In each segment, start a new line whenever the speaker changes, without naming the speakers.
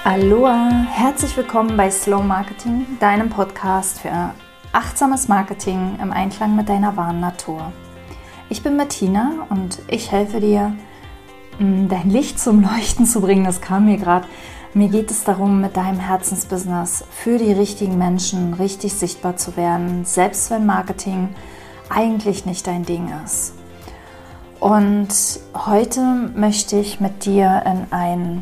Aloha, herzlich willkommen bei Slow Marketing, deinem Podcast für achtsames Marketing im Einklang mit deiner wahren Natur. Ich bin Martina und ich helfe dir, dein Licht zum Leuchten zu bringen. Das kam mir gerade. Mir geht es darum, mit deinem Herzensbusiness für die richtigen Menschen richtig sichtbar zu werden, selbst wenn Marketing eigentlich nicht dein Ding ist. Und heute möchte ich mit dir in ein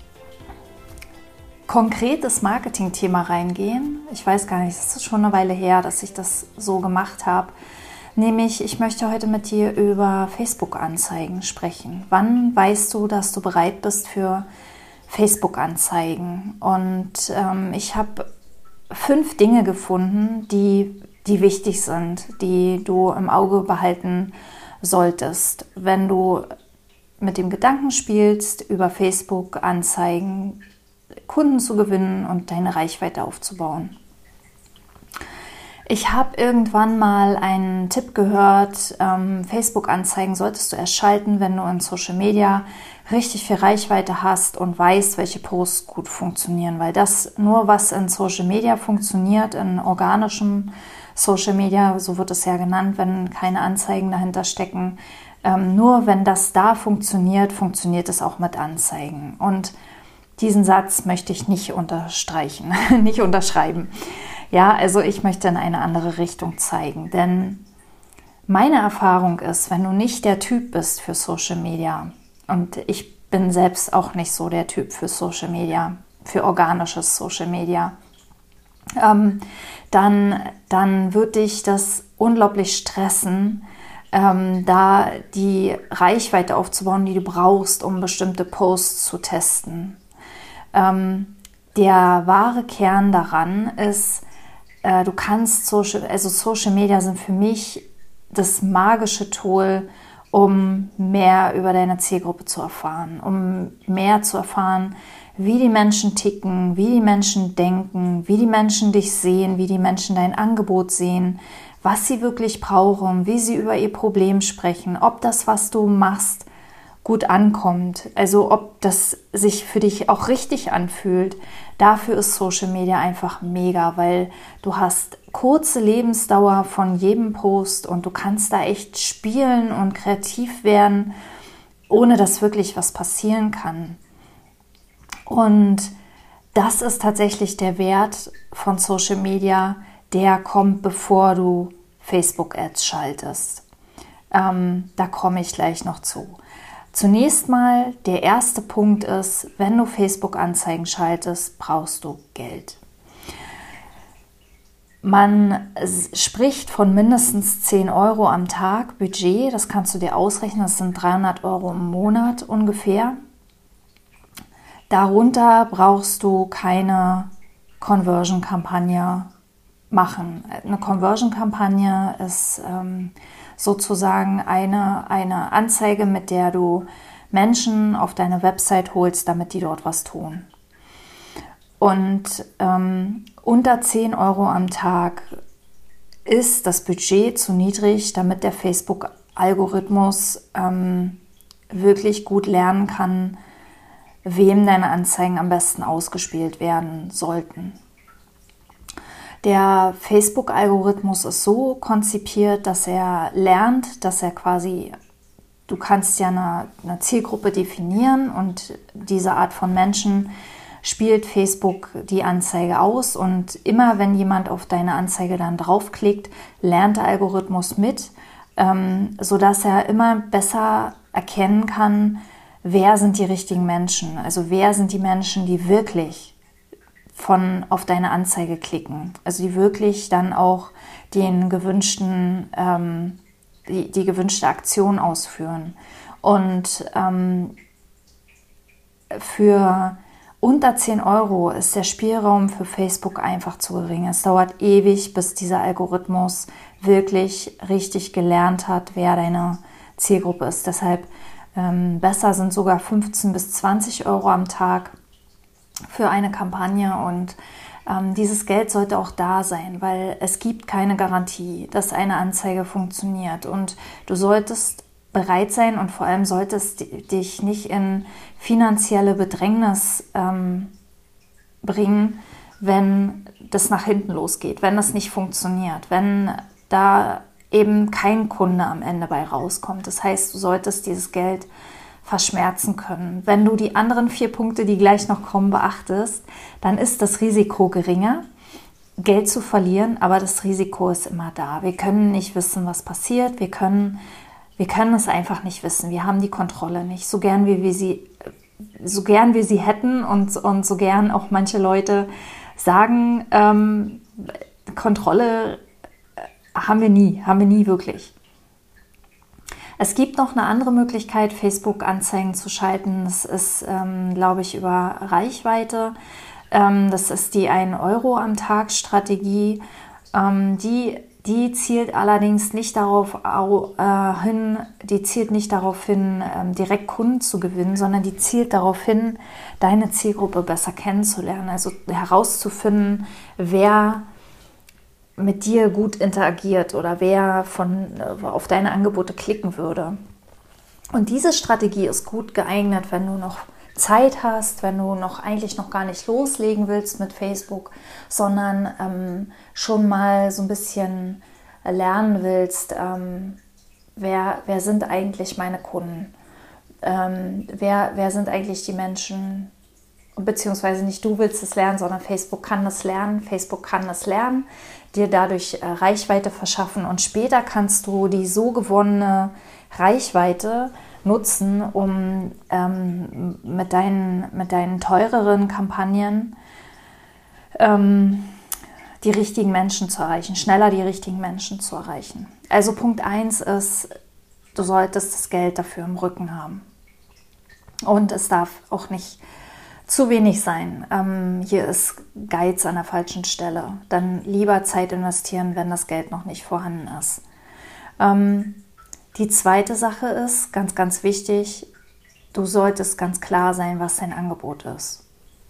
konkretes Marketing-Thema reingehen. Ich weiß gar nicht, es ist schon eine Weile her, dass ich das so gemacht habe. Nämlich, ich möchte heute mit dir über Facebook-Anzeigen sprechen. Wann weißt du, dass du bereit bist für Facebook-Anzeigen? Und ich habe 5 Dinge gefunden, die wichtig sind, die du im Auge behalten solltest, wenn du mit dem Gedanken spielst, über Facebook-Anzeigen Kunden zu gewinnen und deine Reichweite aufzubauen. Ich habe irgendwann mal einen Tipp gehört, Facebook-Anzeigen solltest du erst schalten, wenn du in Social Media richtig viel Reichweite hast und weißt, welche Posts gut funktionieren, weil das nur, was in Social Media funktioniert, in organischem Social Media, so wird es ja genannt, wenn keine Anzeigen dahinter stecken, nur wenn das da funktioniert, funktioniert es auch mit Anzeigen. Und diesen Satz möchte ich nicht unterstreichen, nicht unterschreiben. Ja, also ich möchte in eine andere Richtung zeigen, denn meine Erfahrung ist, wenn du nicht der Typ bist für Social Media, und ich bin selbst auch nicht so der Typ für Social Media, für organisches Social Media, dann wird dich das unglaublich stressen, da die Reichweite aufzubauen, die du brauchst, um bestimmte Posts zu testen. Der wahre Kern daran ist, du kannst Social Media sind für mich das magische Tool, um mehr über deine Zielgruppe zu erfahren, um mehr zu erfahren, wie die Menschen ticken, wie die Menschen denken, wie die Menschen dich sehen, wie die Menschen dein Angebot sehen, was sie wirklich brauchen, wie sie über ihr Problem sprechen, ob das, was du machst, gut ankommt, also ob das sich für dich auch richtig anfühlt. Dafür ist Social Media einfach mega, weil du hast kurze Lebensdauer von jedem Post und du kannst da echt spielen und kreativ werden, ohne dass wirklich was passieren kann. Und das ist tatsächlich der Wert von Social Media, der kommt, bevor du Facebook-Ads schaltest. Da komme ich gleich noch zu. Zunächst mal, der erste Punkt ist, wenn du Facebook-Anzeigen schaltest, brauchst du Geld. Man spricht von mindestens 10 Euro am Tag Budget, das kannst du dir ausrechnen, das sind 300 Euro im Monat ungefähr. Darunter brauchst du keine Conversion-Kampagne machen. Eine Conversion-Kampagne ist sozusagen eine Anzeige, mit der du Menschen auf deine Website holst, damit die dort was tun. Und unter 10 Euro am Tag ist das Budget zu niedrig, damit der Facebook-Algorithmus wirklich gut lernen kann, wem deine Anzeigen am besten ausgespielt werden sollten. Der Facebook-Algorithmus ist so konzipiert, dass er lernt, dass er quasi, du kannst ja eine Zielgruppe definieren und diese Art von Menschen spielt Facebook die Anzeige aus und immer wenn jemand auf deine Anzeige dann draufklickt, lernt der Algorithmus mit, sodass er immer besser erkennen kann, wer sind die richtigen Menschen, also wer sind die Menschen, die wirklich auf deine Anzeige klicken, also die wirklich dann auch den gewünschten, die gewünschte Aktion ausführen. Und für unter 10 Euro ist der Spielraum für Facebook einfach zu gering. Es dauert ewig, bis dieser Algorithmus wirklich richtig gelernt hat, wer deine Zielgruppe ist. Deshalb besser sind sogar 15 bis 20 Euro am Tag für eine Kampagne und dieses Geld sollte auch da sein, weil es gibt keine Garantie, dass eine Anzeige funktioniert und du solltest bereit sein und vor allem solltest dich nicht in finanzielle Bedrängnis bringen, wenn das nach hinten losgeht, wenn das nicht funktioniert, wenn da eben kein Kunde am Ende bei rauskommt. Das heißt, du solltest dieses Geld verschmerzen können. Wenn du die anderen 4 Punkte, die gleich noch kommen, beachtest, dann ist das Risiko geringer, Geld zu verlieren, aber das Risiko ist immer da. Wir können nicht wissen, was passiert. Wir können es einfach nicht wissen. Wir haben die Kontrolle nicht. So gern wir sie hätten und so gern auch manche Leute sagen, Kontrolle haben wir nie wirklich. Es gibt noch eine andere Möglichkeit, Facebook-Anzeigen zu schalten. Das ist, glaube ich, über Reichweite. Das ist die 1 Euro am Tag Strategie. Die zielt allerdings nicht darauf hin, direkt Kunden zu gewinnen, sondern die zielt darauf hin, deine Zielgruppe besser kennenzulernen. Also herauszufinden, wer mit dir gut interagiert oder wer auf deine Angebote klicken würde. Und diese Strategie ist gut geeignet, wenn du noch Zeit hast, wenn du eigentlich noch gar nicht loslegen willst mit Facebook, sondern schon mal so ein bisschen lernen willst, wer sind eigentlich meine Kunden, wer sind eigentlich die Menschen, beziehungsweise nicht du willst es lernen, sondern Facebook kann es lernen, dir dadurch Reichweite verschaffen und später kannst du die so gewonnene Reichweite nutzen, um mit deinen teureren Kampagnen die richtigen Menschen zu erreichen, schneller die richtigen Menschen zu erreichen. Also Punkt 1 ist, du solltest das Geld dafür im Rücken haben. Und es darf auch nicht zu wenig sein. Hier ist Geiz an der falschen Stelle. Dann lieber Zeit investieren, wenn das Geld noch nicht vorhanden ist. Die zweite Sache ist, ganz, ganz wichtig, du solltest ganz klar sein, was dein Angebot ist.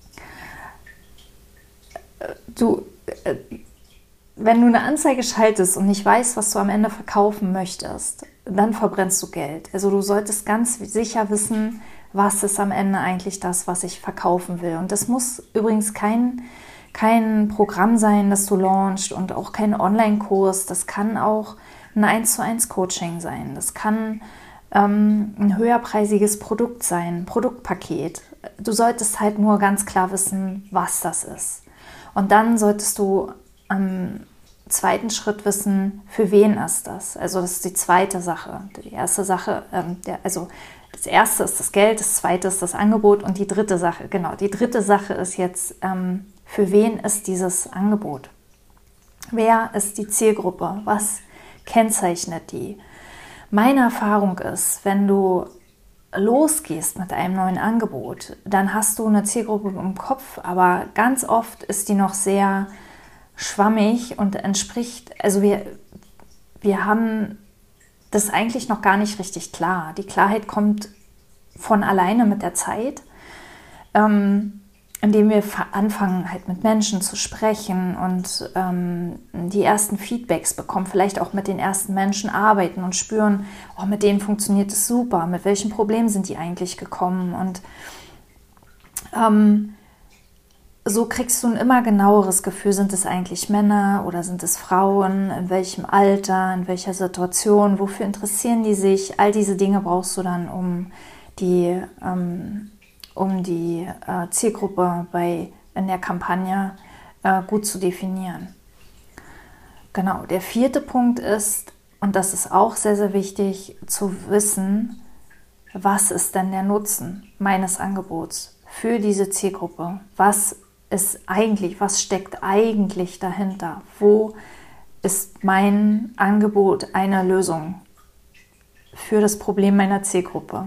Wenn du eine Anzeige schaltest und nicht weißt, was du am Ende verkaufen möchtest, dann verbrennst du Geld. Also du solltest ganz sicher wissen, was ist am Ende eigentlich das, was ich verkaufen will. Und das muss übrigens kein Programm sein, das du launchst und auch kein Online-Kurs. Das kann auch ein 1:1 Coaching sein. Das kann ein höherpreisiges Produkt sein, ein Produktpaket. Du solltest halt nur ganz klar wissen, was das ist. Und dann solltest du am zweiten Schritt wissen, für wen ist das. Also das ist die zweite Sache. Die erste Sache, das erste ist das Geld, das zweite ist das Angebot und die dritte Sache ist jetzt, für wen ist dieses Angebot? Wer ist die Zielgruppe? Was kennzeichnet die? Meine Erfahrung ist, wenn du losgehst mit einem neuen Angebot, dann hast du eine Zielgruppe im Kopf, aber ganz oft ist die noch sehr schwammig und entspricht, also wir haben das eigentlich noch gar nicht richtig klar. Die Klarheit kommt von alleine mit der Zeit, indem wir anfangen, halt mit Menschen zu sprechen und die ersten Feedbacks bekommen, vielleicht auch mit den ersten Menschen arbeiten und spüren, oh, mit denen funktioniert es super, mit welchen Problemen sind die eigentlich gekommen und so kriegst du ein immer genaueres Gefühl, sind es eigentlich Männer oder sind es Frauen, in welchem Alter, in welcher Situation, wofür interessieren die sich, all diese Dinge brauchst du dann, um die Zielgruppe in der Kampagne gut zu definieren. Genau, der vierte Punkt ist, und das ist auch sehr, sehr wichtig, zu wissen, was ist denn der Nutzen meines Angebots für diese Zielgruppe? Was steckt eigentlich dahinter? Wo ist mein Angebot eine Lösung für das Problem meiner Zielgruppe?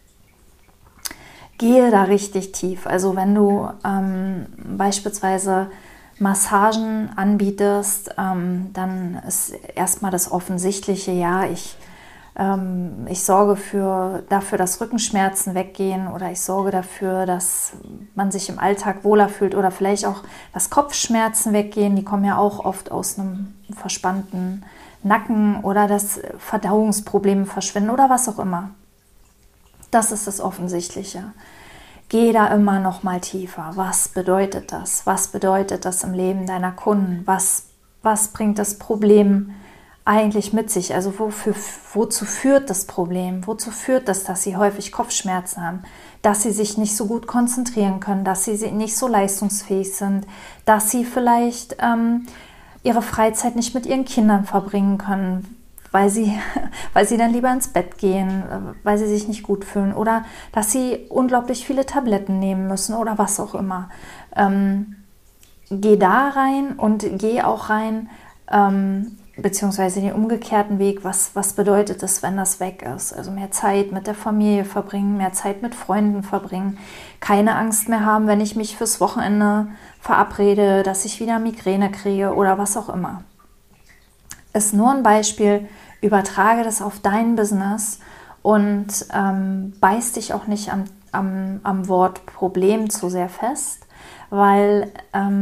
Gehe da richtig tief. Also wenn du beispielsweise Massagen anbietest, dann ist erstmal das Offensichtliche, ja, ich sorge dafür, dass Rückenschmerzen weggehen oder ich sorge dafür, dass man sich im Alltag wohler fühlt oder vielleicht auch, dass Kopfschmerzen weggehen, die kommen ja auch oft aus einem verspannten Nacken oder dass Verdauungsprobleme verschwinden oder was auch immer. Das ist das Offensichtliche. geh da immer noch mal tiefer. Was bedeutet das? Was bedeutet das im Leben deiner Kunden? Was bringt das Problem eigentlich mit sich? Also wozu führt das Problem? Wozu führt das, dass sie häufig Kopfschmerzen haben? Dass sie sich nicht so gut konzentrieren können, dass sie nicht so leistungsfähig sind, dass sie vielleicht ihre Freizeit nicht mit ihren Kindern verbringen können, weil sie dann lieber ins Bett gehen, weil sie sich nicht gut fühlen oder dass sie unglaublich viele Tabletten nehmen müssen oder was auch immer. Geh da rein und geh auch rein, beziehungsweise den umgekehrten Weg, was bedeutet es, wenn das weg ist? Also mehr Zeit mit der Familie verbringen, mehr Zeit mit Freunden verbringen, keine Angst mehr haben, wenn ich mich fürs Wochenende verabrede, dass ich wieder Migräne kriege oder was auch immer. Ist nur ein Beispiel, übertrage das auf dein Business und beiß dich auch nicht am Wort Problem zu sehr fest, weil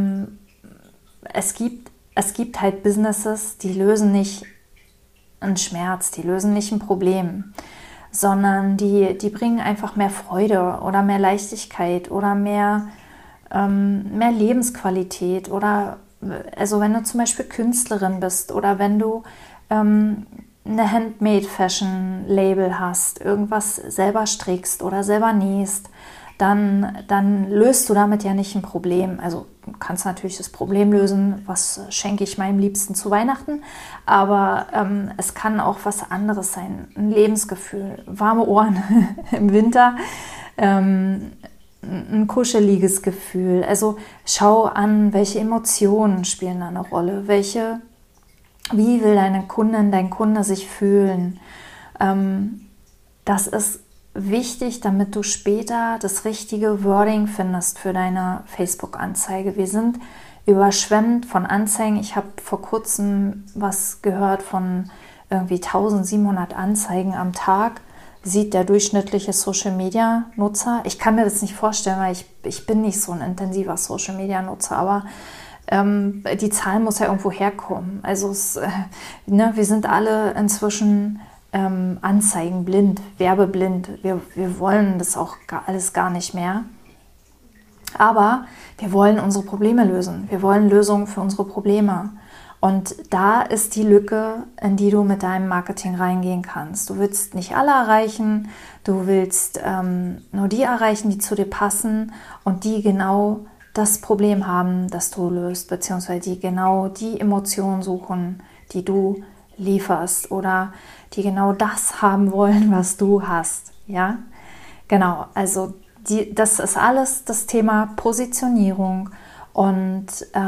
es gibt halt Businesses, die lösen nicht einen Schmerz, die lösen nicht ein Problem, sondern die bringen einfach mehr Freude oder mehr Leichtigkeit oder mehr Lebensqualität oder also wenn du zum Beispiel Künstlerin bist oder wenn du eine Handmade-Fashion-Label hast, irgendwas selber strickst oder selber nähst, dann löst du damit ja nicht ein Problem. Also du kannst natürlich das Problem lösen, was schenke ich meinem Liebsten zu Weihnachten, aber es kann auch was anderes sein, ein Lebensgefühl, warme Ohren im Winter, ein kuscheliges Gefühl. Also schau an, welche Emotionen spielen da eine Rolle, wie will dein Kunde sich fühlen. Das ist wichtig, damit du später das richtige Wording findest für deine Facebook-Anzeige. Wir sind überschwemmt von Anzeigen. Ich habe vor kurzem was gehört von irgendwie 1700 Anzeigen am Tag. Sieht der durchschnittliche Social-Media-Nutzer. Ich kann mir das nicht vorstellen, weil ich bin nicht so ein intensiver Social-Media-Nutzer, aber die Zahl muss ja irgendwo herkommen. Also wir sind alle inzwischen anzeigenblind, werbeblind. Wir wollen das auch alles gar nicht mehr. Aber wir wollen unsere Probleme lösen. Wir wollen Lösungen für unsere Probleme. Und da ist die Lücke, in die du mit deinem Marketing reingehen kannst. Du willst nicht alle erreichen, du willst nur die erreichen, die zu dir passen und die genau das Problem haben, das du löst, beziehungsweise die genau die Emotionen suchen, die du lieferst oder die genau das haben wollen, was du hast. Ja, genau. Also das ist alles das Thema Positionierung und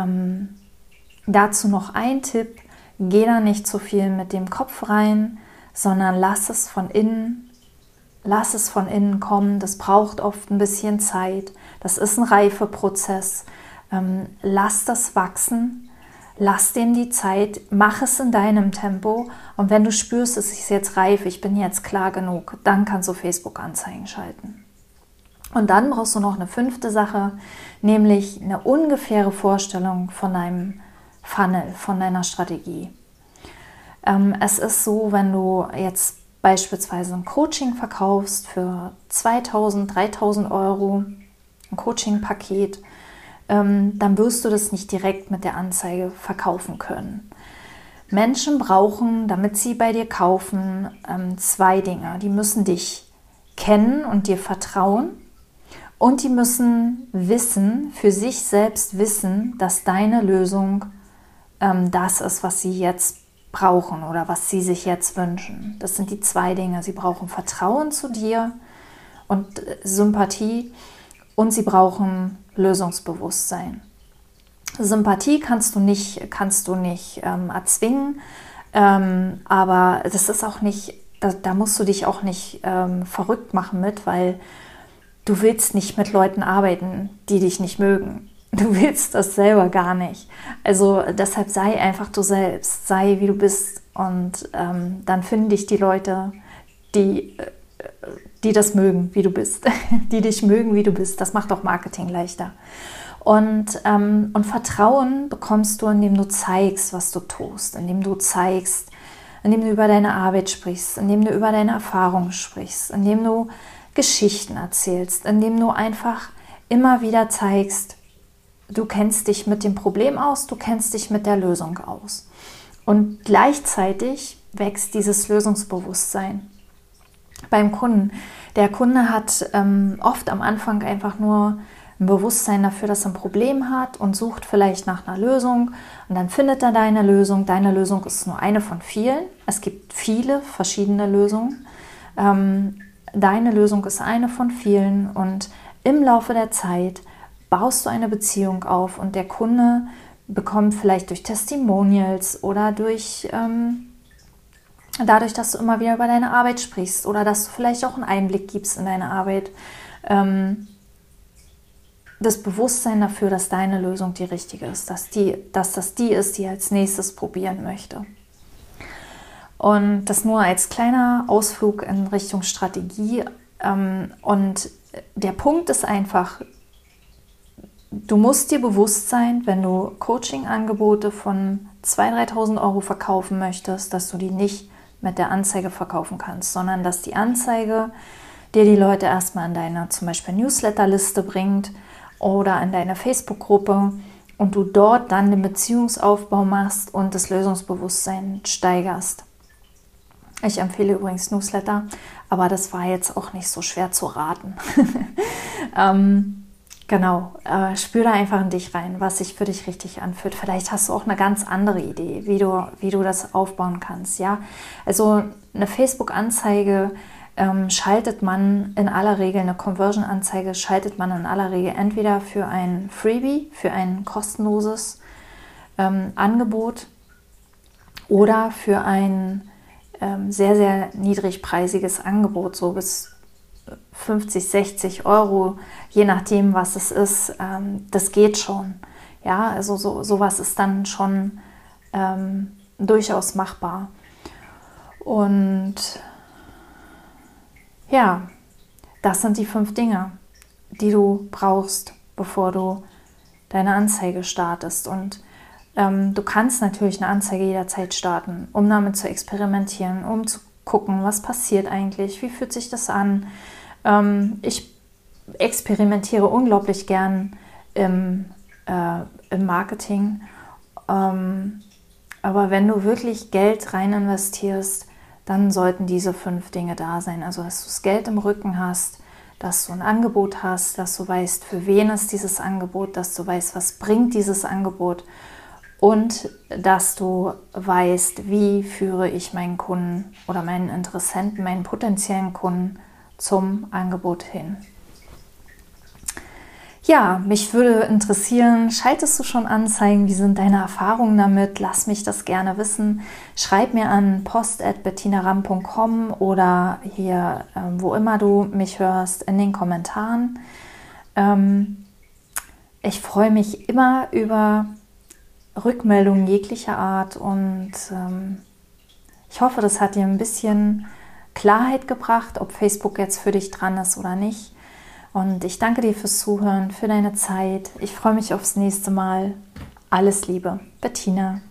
dazu noch ein Tipp: Geh da nicht zu viel mit dem Kopf rein, sondern lass es von innen kommen. Das braucht oft ein bisschen Zeit. Das ist ein Reifeprozess. Lass das wachsen. Lass dem die Zeit. Mach es in deinem Tempo. Und wenn du spürst, es ist jetzt reif, ich bin jetzt klar genug, dann kannst du Facebook-Anzeigen schalten. Und dann brauchst du noch eine 5. Sache, nämlich eine ungefähre Vorstellung von deinem Funnel, von deiner Strategie. Es ist so, wenn du jetzt beispielsweise ein Coaching verkaufst für 2.000, 3.000 Euro, ein Coaching-Paket, dann wirst du das nicht direkt mit der Anzeige verkaufen können. Menschen brauchen, damit sie bei dir kaufen, 2 Dinge. Die müssen dich kennen und dir vertrauen und die müssen wissen, für sich selbst wissen, dass deine Lösung das ist, was sie jetzt brauchen oder was sie sich jetzt wünschen. Das sind die 2 Dinge. Sie brauchen Vertrauen zu dir und Sympathie und sie brauchen Lösungsbewusstsein. Sympathie kannst du nicht erzwingen, aber das ist auch nicht, da musst du dich auch nicht verrückt machen mit, weil du willst nicht mit Leuten arbeiten, die dich nicht mögen. Du willst das selber gar nicht. Also deshalb sei einfach du selbst, sei wie du bist und dann finden dich die Leute, die das mögen, wie du bist, die dich mögen, wie du bist. Das macht auch Marketing leichter. Und Vertrauen bekommst du, indem du zeigst, was du tust, indem du zeigst, indem du über deine Arbeit sprichst, indem du über deine Erfahrungen sprichst, indem du Geschichten erzählst, indem du einfach immer wieder zeigst, du kennst dich mit dem Problem aus, du kennst dich mit der Lösung aus. Und gleichzeitig wächst dieses Lösungsbewusstsein beim Kunden. Der Kunde hat oft am Anfang einfach nur ein Bewusstsein dafür, dass er ein Problem hat und sucht vielleicht nach einer Lösung. Und dann findet er deine Lösung. Deine Lösung ist nur eine von vielen. Es gibt viele verschiedene Lösungen. Deine Lösung ist eine von vielen. Und im Laufe der Zeit baust du eine Beziehung auf und der Kunde bekommt vielleicht durch Testimonials oder dadurch, dass du immer wieder über deine Arbeit sprichst oder dass du vielleicht auch einen Einblick gibst in deine Arbeit, das Bewusstsein dafür, dass deine Lösung die richtige ist, dass das die ist, die als nächstes probieren möchte. Und das nur als kleiner Ausflug in Richtung Strategie. Und der Punkt ist einfach, du musst dir bewusst sein, wenn du Coaching-Angebote von 2.000, 3.000 Euro verkaufen möchtest, dass du die nicht mit der Anzeige verkaufen kannst, sondern dass die Anzeige dir die Leute erstmal in deine zum Beispiel Newsletterliste bringt oder in deine Facebook-Gruppe und du dort dann den Beziehungsaufbau machst und das Lösungsbewusstsein steigerst. Ich empfehle übrigens Newsletter, aber das war jetzt auch nicht so schwer zu raten. Genau, spür da einfach in dich rein, was sich für dich richtig anfühlt. Vielleicht hast du auch eine ganz andere Idee, wie du das aufbauen kannst. Ja? Also eine Facebook-Anzeige schaltet man in aller Regel, eine Conversion-Anzeige schaltet man in aller Regel entweder für ein Freebie, für ein kostenloses Angebot oder für ein sehr, sehr niedrigpreisiges Angebot, so bis 50, 60 Euro, je nachdem, was es ist, das geht schon. Ja, also sowas ist dann schon durchaus machbar. Und ja, das sind die 5 Dinge, die du brauchst, bevor du deine Anzeige startest. Und du kannst natürlich eine Anzeige jederzeit starten, um damit zu experimentieren, um zu gucken, was passiert eigentlich, wie fühlt sich das an. Ich experimentiere unglaublich gern im Marketing, aber wenn du wirklich Geld rein investierst, dann sollten diese 5 Dinge da sein. Also, dass du das Geld im Rücken hast, dass du ein Angebot hast, dass du weißt, für wen ist dieses Angebot, dass du weißt, was bringt dieses Angebot und dass du weißt, wie führe ich meinen Kunden oder meinen Interessenten, meinen potenziellen Kunden zum Angebot hin. Ja, mich würde interessieren, schaltest du schon Anzeigen? Wie sind deine Erfahrungen damit? Lass mich das gerne wissen. Schreib mir an post@bettinaram.com oder hier, wo immer du mich hörst, in den Kommentaren. Ich freue mich immer über Rückmeldungen jeglicher Art und ich hoffe, das hat dir ein bisschen Klarheit gebracht, ob Facebook jetzt für dich dran ist oder nicht. Und ich danke dir fürs Zuhören, für deine Zeit. Ich freue mich aufs nächste Mal. Alles Liebe, Bettina.